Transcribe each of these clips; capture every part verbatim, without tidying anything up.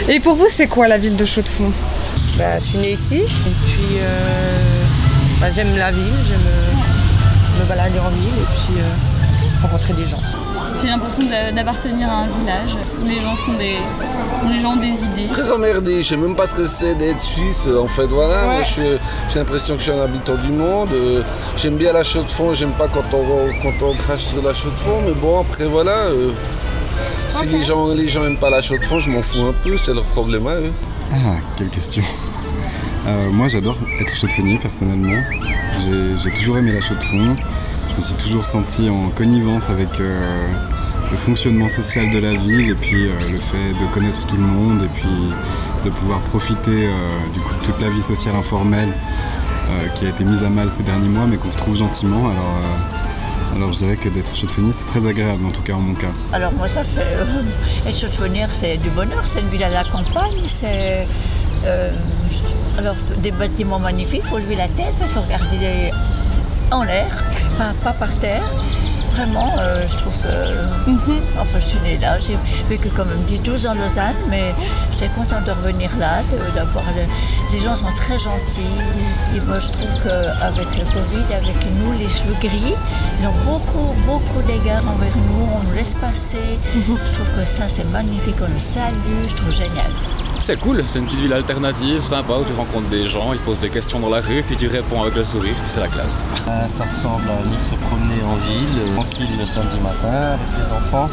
Et pour vous, c'est quoi la ville de Chaux-de-Fonds ? Bah, je suis née ici et puis euh, bah, j'aime la ville, j'aime euh, me balader en ville et puis euh, rencontrer des gens. J'ai l'impression d'appartenir à un village où les gens font des, où les gens ont des idées. Très emmerdé, je sais même pas ce que c'est d'être suisse. En fait, voilà, ouais. Moi, je, j'ai l'impression que je suis un habitant du monde. Euh, j'aime bien la Chaux-de-Fonds, j'aime pas quand on, quand on crache sur la Chaux-de-Fonds, mais bon, après voilà. Euh, si okay. les gens les gens aiment pas la Chaux-de-Fonds, je m'en fous un peu, c'est leur problème à eux. Ah, quelle question. Euh, moi, j'adore être chaux-de-fonnier personnellement. J'ai, j'ai toujours aimé la Chaux-de-Fonds. Je me suis toujours senti en connivence avec euh, le fonctionnement social de la ville et puis euh, le fait de connaître tout le monde et puis de pouvoir profiter euh, du coup de toute la vie sociale informelle euh, qui a été mise à mal ces derniers mois mais qu'on retrouve gentiment. Alors, euh, alors je dirais que d'être chaux-de-fonnier c'est très agréable en tout cas en mon cas. Alors moi ça fait... Euh, être chaux-de-fonnière c'est du bonheur, c'est une ville à la campagne, c'est... Euh, alors des bâtiments magnifiques, il faut lever la tête parce qu'il faut regarder les... en l'air, pas, pas par terre. Vraiment, euh, je trouve que... Mm-hmm. Enfin, je suis née là, j'ai vécu quand même dix douze ans en Lausanne, mais j'étais contente de revenir là, de, d'avoir... Le... Les gens sont très gentils. Et moi, je trouve qu'avec le Covid, avec nous, les cheveux gris, ils ont beaucoup, beaucoup d'égards envers nous, on nous laisse passer. Mm-hmm. Je trouve que ça, c'est magnifique, on nous salue, je trouve génial. C'est cool, c'est une petite ville alternative, sympa, où tu rencontres des gens, ils te posent des questions dans la rue, puis tu réponds avec le sourire, puis c'est la classe. Ça, ça ressemble à venir se promener en ville, euh, tranquille le samedi matin avec les enfants.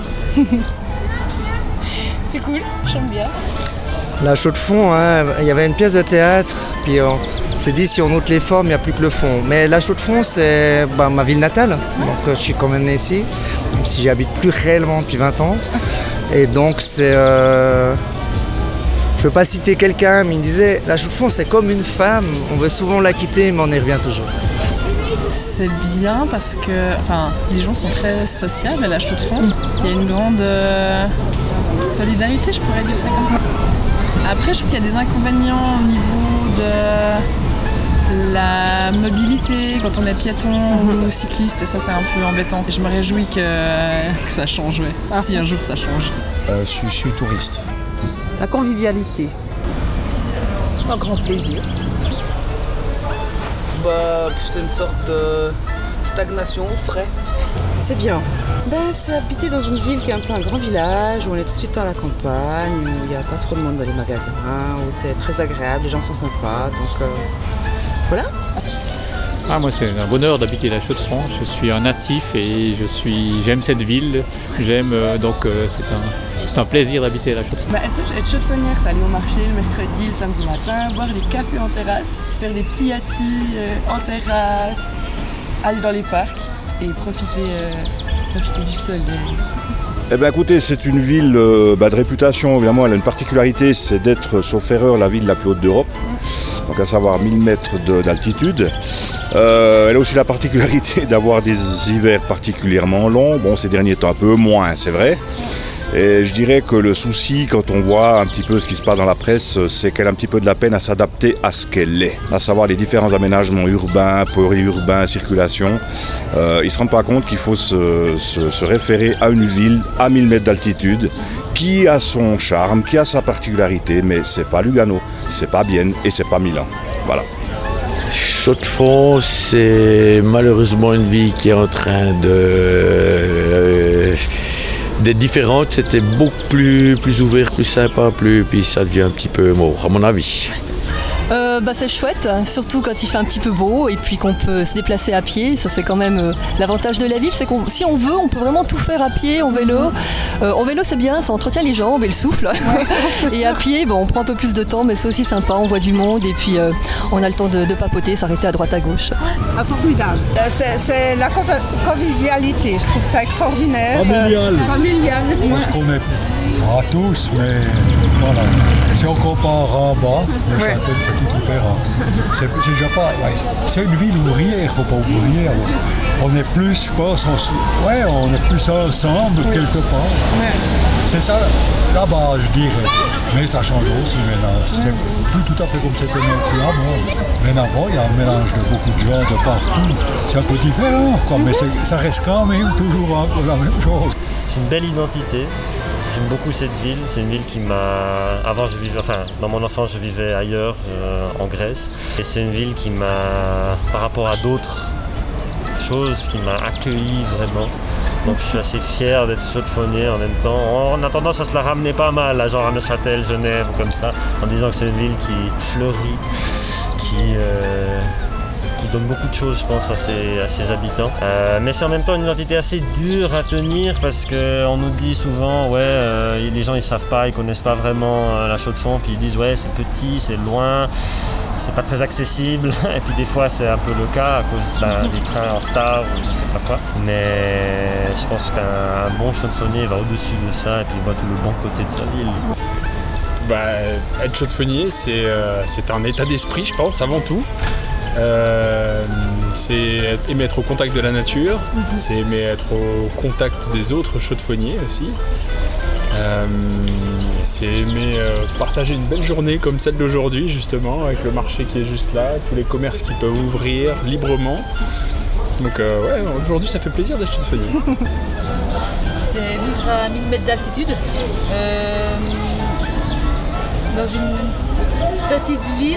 C'est cool, j'aime bien. La Chaux-de-Fonds, hein, il y avait une pièce de théâtre, puis on s'est dit si on ôte les formes, il n'y a plus que le fond. Mais la Chaux-de-Fonds, c'est bah, ma ville natale, donc euh, je suis quand même né ici, même si j'y habite plus réellement depuis vingt ans. Et donc c'est... Euh... Je ne veux pas citer quelqu'un, mais il me disait « La Chaux-de-Fonds, c'est comme une femme, on veut souvent la quitter, mais on y revient toujours. » C'est bien parce que enfin, les gens sont très sociables à la Chaux-de-Fonds. Il y a une grande euh, solidarité, je pourrais dire ça comme ça. Après, je trouve qu'il y a des inconvénients au niveau de la mobilité, quand on est piéton mm-hmm. ou cycliste, et ça, c'est un peu embêtant. Et je me réjouis que, que ça change, ouais, ah. si un jour ça change. Euh, je, suis, je suis touriste. La convivialité. Un grand plaisir. Bah, c'est une sorte de stagnation, frais. C'est bien. Ben, c'est habiter dans une ville qui est un peu un grand village, où on est tout de suite à la campagne, où il n'y a pas trop de monde dans les magasins, où c'est très agréable, les gens sont sympas, donc euh, voilà. Ah, moi, c'est un bonheur d'habiter la Chaux-de-Fonds. Je suis un natif et je suis, j'aime cette ville. J'aime, euh, donc euh, c'est, un, c'est un plaisir d'habiter la Chaux-de-Fonds. Bah, être chaux-de-fonnière, c'est aller au marché le mercredi, le samedi matin, boire des cafés en terrasse, faire des petits yatis euh, en terrasse, aller dans les parcs et profiter, euh, profiter du soleil. Eh bien écoutez, c'est une ville euh, bah, de réputation, évidemment, elle a une particularité, c'est d'être, sauf erreur, la ville la plus haute d'Europe, donc à savoir mille mètres de, d'altitude. Euh, elle a aussi la particularité d'avoir des hivers particulièrement longs, bon ces derniers temps un peu moins, c'est vrai. Et je dirais que le souci, quand on voit un petit peu ce qui se passe dans la presse, c'est qu'elle a un petit peu de la peine à s'adapter à ce qu'elle est, à savoir les différents aménagements urbains, périurbains, circulation. Euh, ils ne se rendent pas compte qu'il faut se, se, se référer à une ville à mille mètres d'altitude qui a son charme, qui a sa particularité, mais c'est pas Lugano, c'est pas Bienne et c'est pas Milan. Voilà. Chaux-de-Fonds, c'est malheureusement une ville qui est en train de... Euh, d'être différente, c'était beaucoup plus, plus ouvert, plus sympa, plus, puis ça devient un petit peu mort, à mon avis. Euh, bah c'est chouette, surtout quand il fait un petit peu beau et puis qu'on peut se déplacer à pied. Ça c'est quand même euh, l'avantage de la ville, c'est qu'on si on veut, on peut vraiment tout faire à pied, en vélo. Euh, en vélo c'est bien, ça entretient les jambes et le souffle. Ouais, et sûr. À pied, bon, on prend un peu plus de temps, mais c'est aussi sympa, on voit du monde et puis euh, on a le temps de, de papoter, s'arrêter à droite à gauche. Ah, formidable. Euh, c'est, c'est la convivialité, je trouve ça extraordinaire. Familial. Euh, familial. Moi je connais pas tous, mais voilà. Si on compare en bas, le ouais. Châtel, c'est tout différent. C'est, c'est, déjà pas, ouais, c'est une ville ouvrière, il ne faut pas oublier. Alors, on est plus, je pense, on, ouais, on est plus ensemble ouais. quelque part. Ouais. C'est ça la base, je dirais. Mais ça change aussi maintenant. C'est plus tout à fait comme c'était avant. Mais avant, il y a un mélange de beaucoup de gens de partout. C'est un peu différent, quoi, mais c'est, ça reste quand même toujours un peu la même chose. C'est une belle identité. J'aime beaucoup cette ville. C'est une ville qui m'a... Avant, je vivais... Enfin, dans mon enfance, je vivais ailleurs, euh, en Grèce. Et c'est une ville qui m'a, par rapport à d'autres choses, qui m'a accueilli vraiment. Donc je suis assez fier d'être chaux-de-fonnier en même temps. On a tendance à se la ramener pas mal, là, genre à Neuchâtel, Genève ou comme ça, en disant que c'est une ville qui fleurit, qui, euh, qui donne beaucoup de choses, je pense, à ses, à ses habitants. Euh, mais c'est en même temps une identité assez dure à tenir parce qu'on nous dit souvent, ouais, euh, les gens ils savent pas, ils connaissent pas vraiment euh, la Chaux-de-Fonds, puis ils disent, ouais, c'est petit, c'est loin. C'est pas très accessible et puis des fois c'est un peu le cas à cause ben, des trains en retard ou je sais pas quoi. Mais je pense qu'un bon chaux-de-fonnier va au-dessus de ça et puis il voit tout le bon côté de sa ville. Bah, être chaux-de-fonnier, c'est, euh, c'est un état d'esprit, je pense, avant tout. Euh, c'est aimer être au contact de la nature, mm-hmm. c'est aimer être au contact des autres chaux-de-fonniers aussi. Euh, c'est aimer euh, partager une belle journée comme celle d'aujourd'hui justement, avec le marché qui est juste là, tous les commerces qui peuvent ouvrir librement. Donc euh, ouais, aujourd'hui ça fait plaisir d'être chaux-de-fonnier. C'est vivre à mille mètres d'altitude, euh, dans une petite ville,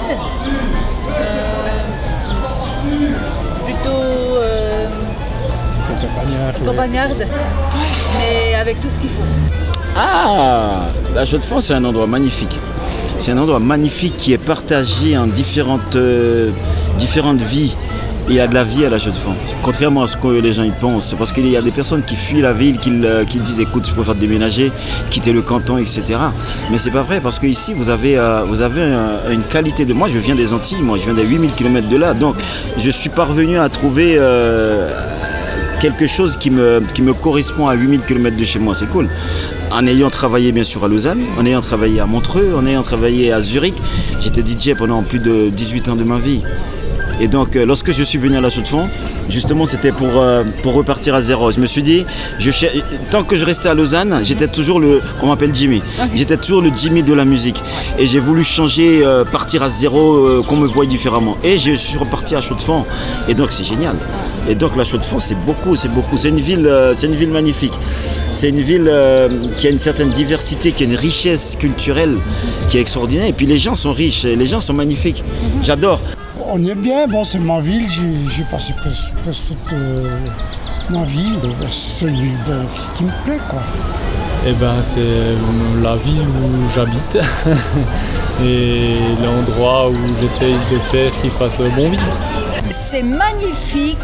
euh, plutôt euh, campagnarde, campagnarde, mais avec tout ce qu'il faut. Ah, la Chaux-de-Fonds, c'est un endroit magnifique. C'est un endroit magnifique qui est partagé en différentes, euh, différentes vies. Il y a de la vie à la Chaux-de-Fonds. Contrairement à ce que les gens y pensent, c'est parce qu'il y a des personnes qui fuient la ville, qui, euh, qui disent écoute, je préfère déménager, quitter le canton, et cetera. Mais c'est pas vrai parce qu'ici vous avez, euh, vous avez un, une qualité de. Moi, je viens des Antilles, moi, je viens des huit mille kilomètres de là, donc je suis parvenu à trouver euh, quelque chose qui me, qui me correspond à huit mille kilomètres de chez moi. C'est cool. En ayant travaillé bien sûr à Lausanne, en ayant travaillé à Montreux, en ayant travaillé à Zurich, j'étais D J pendant plus de dix-huit ans de ma vie. Et donc euh, lorsque je suis venu à la Chaux-de-Fonds, justement c'était pour, euh, pour repartir à zéro. Je me suis dit, je cher... tant que je restais à Lausanne, j'étais toujours le, on m'appelle Jimmy, j'étais toujours le Jimmy de la musique. Et j'ai voulu changer, euh, partir à zéro, euh, qu'on me voie différemment. Et je suis reparti à Chaux-de-Fonds. Et donc c'est génial. Et donc la Chaux-de-Fonds c'est beaucoup, c'est beaucoup. C'est une ville, euh, c'est une ville magnifique. C'est une ville euh, qui a une certaine diversité, qui a une richesse culturelle qui est extraordinaire. Et puis les gens sont riches, les gens sont magnifiques. J'adore. On est bien, bon c'est ma ville, j'ai, j'ai passé presque, presque toute, euh, toute ma vie. C'est une ville ben, qui me plaît quoi. Eh ben c'est la ville où j'habite et l'endroit où j'essaye de faire qu'il fasse bon vivre. C'est magnifique.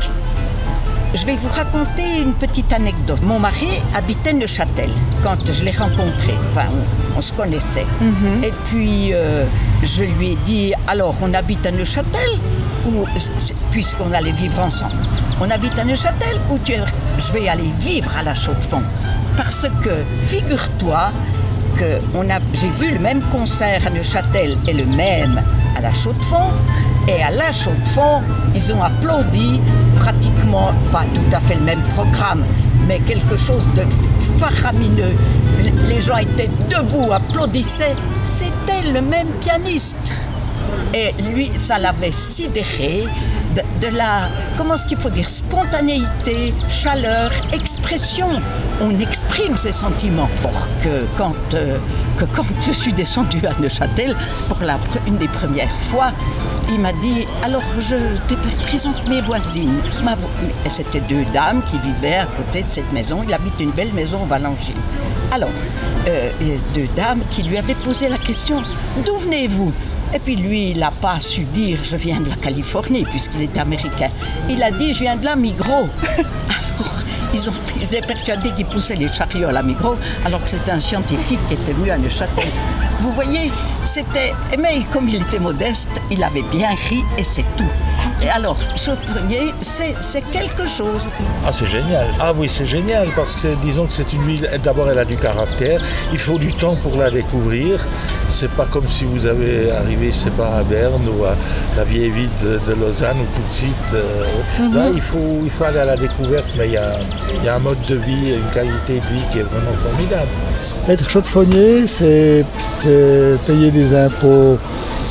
Je vais vous raconter une petite anecdote. Mon mari habitait Neuchâtel quand je l'ai rencontré. Enfin, on, on se connaissait. Mm-hmm. Et puis, euh, je lui ai dit, alors, on habite à Neuchâtel ou, puisqu'on allait vivre ensemble, on habite à Neuchâtel ou tu es... Je vais aller vivre à la Chaux-de-Fonds. Parce que, figure-toi, que on a, j'ai vu le même concert à Neuchâtel et le même à la Chaux-de-Fonds. Et à la Chaux-de-Fonds, ils ont applaudi pratiquement, pas tout à fait le même programme, mais quelque chose de faramineux. Les gens étaient debout, applaudissaient. C'était le même pianiste. Et lui, ça l'avait sidéré de, de la, comment est-ce qu'il faut dire, spontanéité, chaleur, expression. On exprime ses sentiments. Or que quand, euh, que quand je suis descendue à Neuchâtel, pour la, une des premières fois, il m'a dit, alors je te présente mes voisines. Ma vo... Et c'était deux dames qui vivaient à côté de cette maison. Il habite une belle maison au Valangine. Alors, euh, deux dames qui lui avaient posé la question, d'où venez-vous ? Et puis lui, il n'a pas su dire « je viens de la Californie » puisqu'il était américain. Il a dit « je viens de la Migros ». Alors, ils ont ils étaient persuadés qu'il poussait les chariots à la Migros alors que c'était un scientifique qui était venu à Neuchâtel. Vous voyez, c'était... Mais comme il était modeste, il avait bien ri et c'est tout. Et alors, Chaux-de-Fonnier, c'est, c'est quelque chose. Ah, c'est génial. Ah oui, c'est génial parce que disons que c'est une ville, d'abord elle a du caractère, il faut du temps pour la découvrir. C'est pas comme si vous avez arrivé, je sais pas, à Berne ou à la vieille ville de, de Lausanne où tout de suite... Euh, mm-hmm. Là, il faut, il faut aller à la découverte, mais il y a, il y a un mode de vie, une qualité de vie qui est vraiment formidable. Être chaux-de-fonnier, c'est, c'est payer des impôts.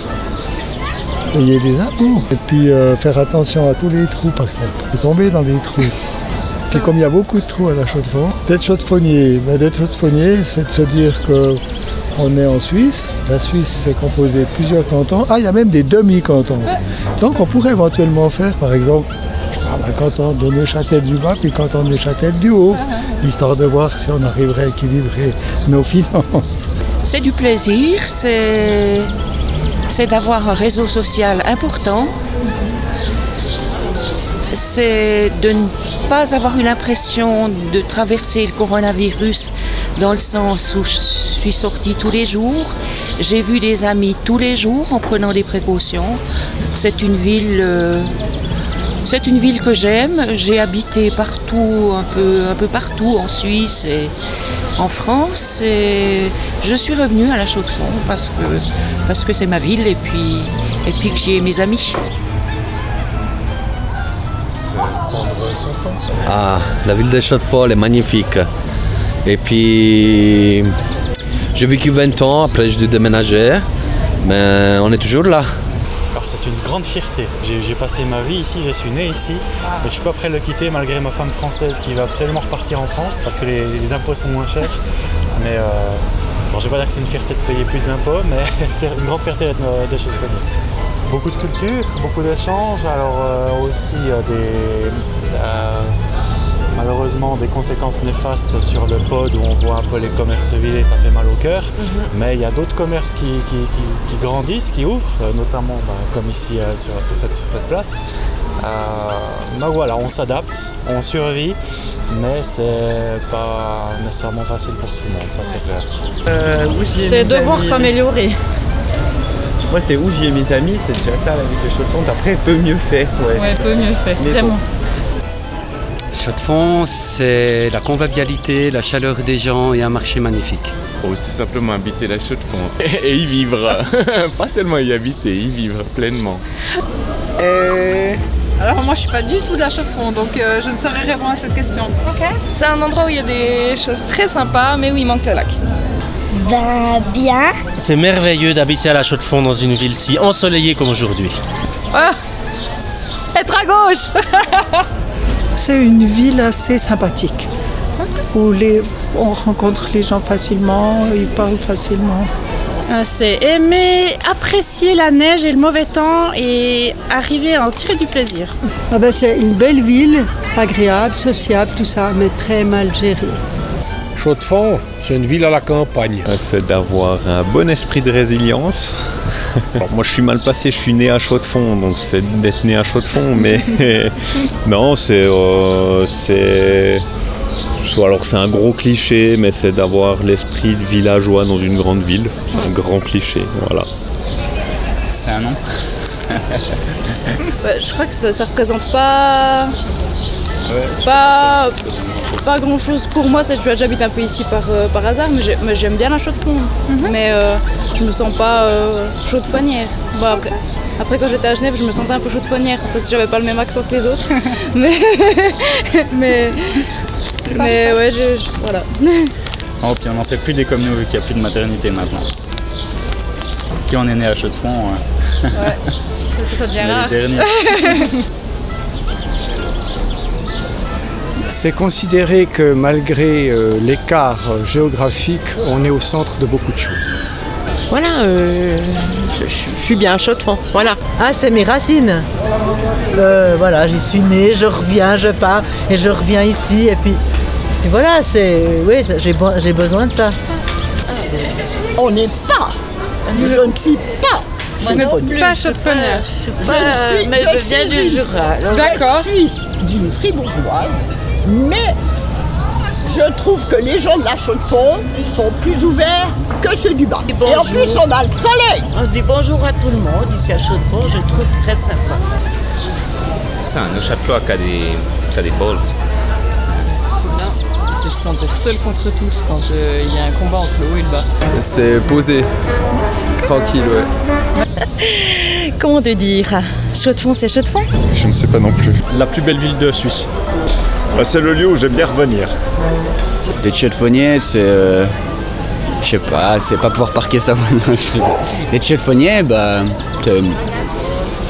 Payer des impôts. Et puis euh, faire attention à tous les trous, parce qu'on peut tomber dans des trous. C'est comme il y a beaucoup de trous à la Chaux-de-Fonds. D'être chaux-de-fonnier, ben, d'être chaux-de-fonnier, c'est de se dire qu'on est en Suisse. La Suisse, c'est composé de plusieurs cantons. Ah, il y a même des demi-cantons. Donc on pourrait éventuellement faire, par exemple, un canton de Neuchâtel-du-Bas puis canton de Neuchâtel-du-Haut, histoire de voir si on arriverait à équilibrer nos finances. C'est du plaisir, c'est, c'est d'avoir un réseau social important. C'est de ne pas avoir eu l'impression de traverser le coronavirus dans le sens où je suis sortie tous les jours. J'ai vu des amis tous les jours en prenant des précautions. C'est une ville, euh, c'est une ville que j'aime. J'ai habité partout, un peu, un peu partout en Suisse et en France. Et je suis revenue à la Chaux-de-Fonds parce que, parce que c'est ma ville et puis, et puis que j'y ai mes amis. Prendre son temps. Ah, la ville de Chaux-de-Fonds elle est magnifique. Et puis, j'ai vécu vingt ans, après j'ai dû déménager, mais on est toujours là. Alors c'est une grande fierté. J'ai, j'ai passé ma vie ici, je suis né ici, et je suis pas prêt de le quitter malgré ma femme française qui va absolument repartir en France parce que les, les impôts sont moins chers. Mais euh, bon, je vais pas dire que c'est une fierté de payer plus d'impôts, mais une grande fierté d'être de chaux-de-fonnier. Beaucoup de culture, beaucoup d'échanges, alors euh, aussi euh, des, euh, malheureusement des conséquences néfastes sur le pod où on voit un peu les commerces vider, ça fait mal au cœur. Mm-hmm. Mais il y a d'autres commerces qui, qui, qui, qui grandissent, qui ouvrent, euh, notamment bah, comme ici euh, sur, sur, cette, sur cette place. Euh, donc voilà, on s'adapte, on survit, mais c'est pas nécessairement facile pour tout le monde, ça c'est clair. Euh, c'est devoir s'améliorer. Moi, c'est où j'y ai mes amis, c'est déjà ça, la ville de Chaux-de-Fonds. Après, peut mieux faire. Ouais, ouais peut mieux faire, mais vraiment. Bon. Chaux-de-Fonds, c'est la convivialité, la chaleur des gens et un marché magnifique. Oh, c'est simplement habiter la Chaux-de-Fonds et, et y vivre. Pas seulement y habiter, y vivre pleinement. Euh... Alors moi je suis pas du tout de la Chaux-de-Fonds, donc euh, je ne saurais répondre à cette question. Ok. C'est un endroit où il y a des choses très sympas, mais où il manque le lac. Ben bien. C'est merveilleux d'habiter à la Chaux-de-Fonds dans une ville si ensoleillée comme aujourd'hui. Oh, être à gauche. C'est une ville assez sympathique, où les, on rencontre les gens facilement, ils parlent facilement. C'est aimer, apprécier la neige et le mauvais temps et arriver à en tirer du plaisir. Ah ben c'est une belle ville, agréable, sociable, tout ça, mais très mal gérée. Chaux-de-Fonds, c'est une ville à la campagne. C'est d'avoir un bon esprit de résilience. Alors, moi je suis mal placé, je suis né à Chaux-de-Fonds, donc c'est d'être né à Chaux-de-Fonds, mais non, c'est... Euh, c'est... Alors c'est un gros cliché, mais c'est d'avoir l'esprit de villageois dans une grande ville. C'est un grand cliché, voilà. C'est un nom. Ouais, je crois que ça, ça représente pas... Ouais, pas... pas grand chose pour moi. C'est, j'habite un peu ici par, euh, par hasard, mais, j'ai, mais j'aime bien la Chaux-de-Fonds. Mm-hmm. Mais euh, je me sens pas euh, chaux-de-fonnière. Bon, après, après quand j'étais à Genève, je me sentais un peu chaux-de-fonnière parce que j'avais pas le même accent que les autres. mais... mais... Mais ouais, je, je, voilà. Oh, puis on n'en fait plus des comme nous vu qu'il n'y a plus de maternité maintenant. Qui on est né à Chaux-de-Fonds. Ouais. Ouais, ça devient rare. C'est considéré que malgré euh, l'écart géographique, on est au centre de beaucoup de choses. Voilà, euh, je, je suis bien à Chaux-de-Fonds, voilà. Ah, c'est mes racines. Euh, voilà, j'y suis née, je reviens, je pars, et je reviens ici, et puis, et voilà, c'est, oui, j'ai, j'ai besoin de ça. On n'est pas, je ne suis pas. Je ne suis pas chaux-de-fonnière. Je ne suis, mais je, je viens du Jura. D'accord. Je suis d'une fribourgeoise, mais je trouve que les gens de la Chaux-de-Fonds sont plus ouverts que ceux du bas. Et, et en plus, on a le soleil. On se dit bonjour à tout le monde ici à Chaux-de-Fonds, je le trouve très sympa. C'est un Neuchâtelois qui a des, qui a des balls. C'est se sentir seul contre tous quand il euh, y a un combat entre le haut et le bas. C'est posé, tranquille, ouais. Comment te dire? Chaux-de-Fonds, c'est Chaux-de-Fonds? Je ne sais pas non plus. La plus belle ville de Suisse. C'est le lieu où j'aime bien revenir. Les chaux-de-fonniers, c'est... Euh, je sais pas, c'est pas pouvoir parquer sa voiture. Les chaux-de-fonniers, bah... C'est,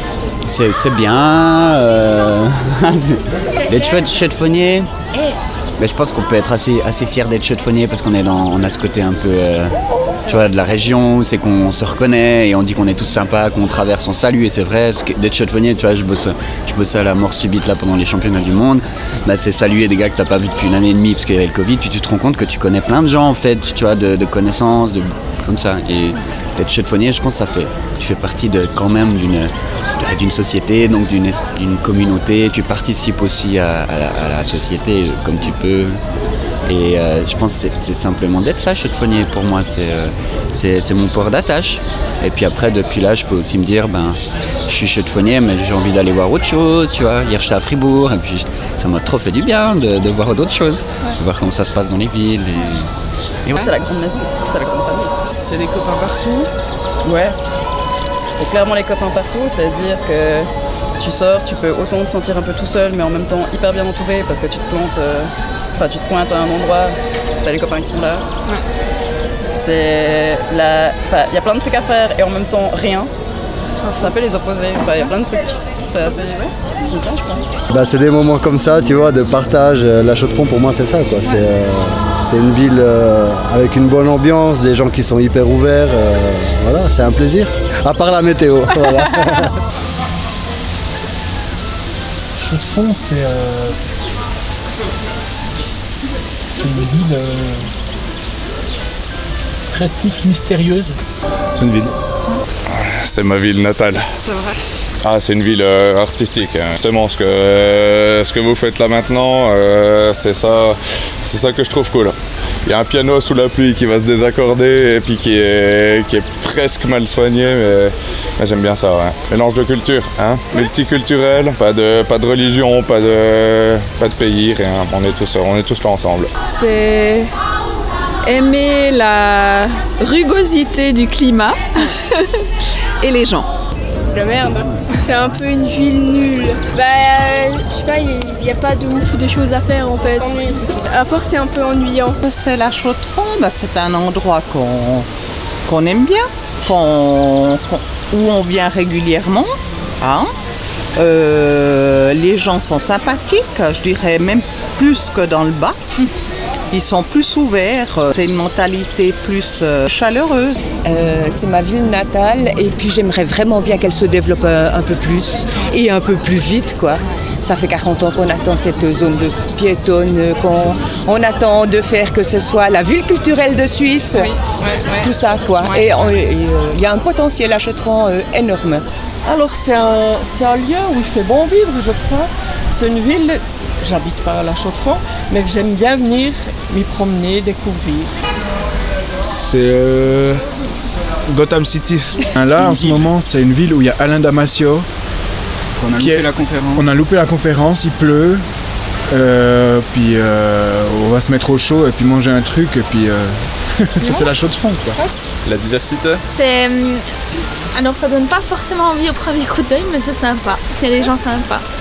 c'est, c'est bien. Euh, les chaux-de-fonniers, Mais je pense qu'on peut être assez, assez fier d'être chaux-de-fonnier parce qu'on est dans, on a ce côté un peu euh, tu vois, de la région, c'est qu'on se reconnaît et on dit qu'on est tous sympas, qu'on traverse, on salue. Et c'est vrai, d'être chaux-de-fonnier, tu vois, je bosse, je bossais à la mort subite là pendant les championnats du monde. Bah, c'est saluer des gars que t'as pas vu depuis une année et demie parce qu'il y avait le Covid. Puis tu te rends compte que tu connais plein de gens en fait, tu vois, de, de connaissances, de, comme ça. Et d'être chaux-de-fonnier, je pense que ça fait, tu fais partie de, quand même d'une, d'une société, donc d'une, d'une communauté. Tu participes aussi à, à, la, à la société comme tu peux. Et euh, je pense que c'est, c'est simplement d'être ça, chaux-de-fonnier. Pour moi, c'est, euh, c'est, c'est mon port d'attache. Et puis après, depuis là, je peux aussi me dire, ben, je suis chaux-de-fonnier, mais j'ai envie d'aller voir autre chose, tu vois. Hier, j'étais à Fribourg, et puis ça m'a trop fait du bien de, de voir d'autres choses, ouais. De voir comment ça se passe dans les villes. Et, et ouais. C'est la grande maison, c'est la grande famille. C'est des copains partout. Ouais, c'est clairement les copains partout, c'est-à-dire que tu sors, tu peux autant te sentir un peu tout seul, mais en même temps hyper bien entouré, parce que tu te plantes... Euh, Enfin, tu te pointes à un endroit, t'as les copains qui sont là. Ouais. C'est la... Enfin, il y a plein de trucs à faire et en même temps rien. C'est un peu les opposés. Enfin, il y a plein de trucs. C'est assez... Ouais, c'est ça, je pense. Bah, c'est des moments comme ça, tu vois, de partage. La Chaux-de-Fonds, pour moi, c'est ça, quoi. Ouais. C'est, euh, c'est une ville euh, avec une bonne ambiance, des gens qui sont hyper ouverts. Euh, voilà, c'est un plaisir. À part la météo. Voilà. Chaux-de-Fonds, c'est... Euh... C'est une ville euh, pratique, mystérieuse. C'est une ville. C'est ma ville natale. C'est vrai. Ah, c'est une ville euh, artistique. Hein. Justement, ce que, euh, ce que vous faites là maintenant, euh, c'est ça, c'est ça que je trouve cool. Il y a un piano sous la pluie qui va se désaccorder et puis qui est, qui est presque mal soigné, mais, mais j'aime bien ça. Ouais. Mélange de culture, hein. Multiculturel, pas de, pas de religion, pas de, pas de pays, rien. On est tous, on est tous là ensemble. C'est aimer la rugosité du climat et les gens. La merde, c'est un peu une ville nulle. Bah, euh, je sais pas, il n'y a pas de ouf de choses à faire en fait. À force, c'est un peu ennuyant. C'est la Chaux-de-Fonds, bah, c'est un endroit qu'on, qu'on aime bien, qu'on, qu'on, où on vient régulièrement. Hein. Euh, les gens sont sympathiques, je dirais même plus que dans le bas. Ils sont plus ouverts, c'est une mentalité plus euh, chaleureuse. Euh, c'est ma ville natale et puis j'aimerais vraiment bien qu'elle se développe un, un peu plus et un peu plus vite, quoi. Ça fait quarante ans qu'on attend cette zone de piétonne, qu'on on attend de faire que ce soit la ville culturelle de Suisse, oui, ouais, ouais. Tout ça, quoi. Ouais. Et il y a un potentiel à Chaux-de-Fonds euh, énorme. Alors c'est un, c'est un lieu où il fait bon vivre, je crois. C'est une ville... J'habite pas à la Chaux-de-Fonds, mais que j'aime bien venir m'y promener, découvrir. C'est euh, Gotham City. Là, en ce moment, c'est une ville où il y a Alain Damasio. On a loupé est... la conférence. On a loupé la conférence, il pleut. Euh, puis euh, on va se mettre au chaud et puis manger un truc. Et puis euh, ça, c'est la Chaux-de-Fonds, quoi. La diversité. C'est... Alors, ça donne pas forcément envie au premier coup d'œil, mais c'est sympa. Il y a des gens sympas.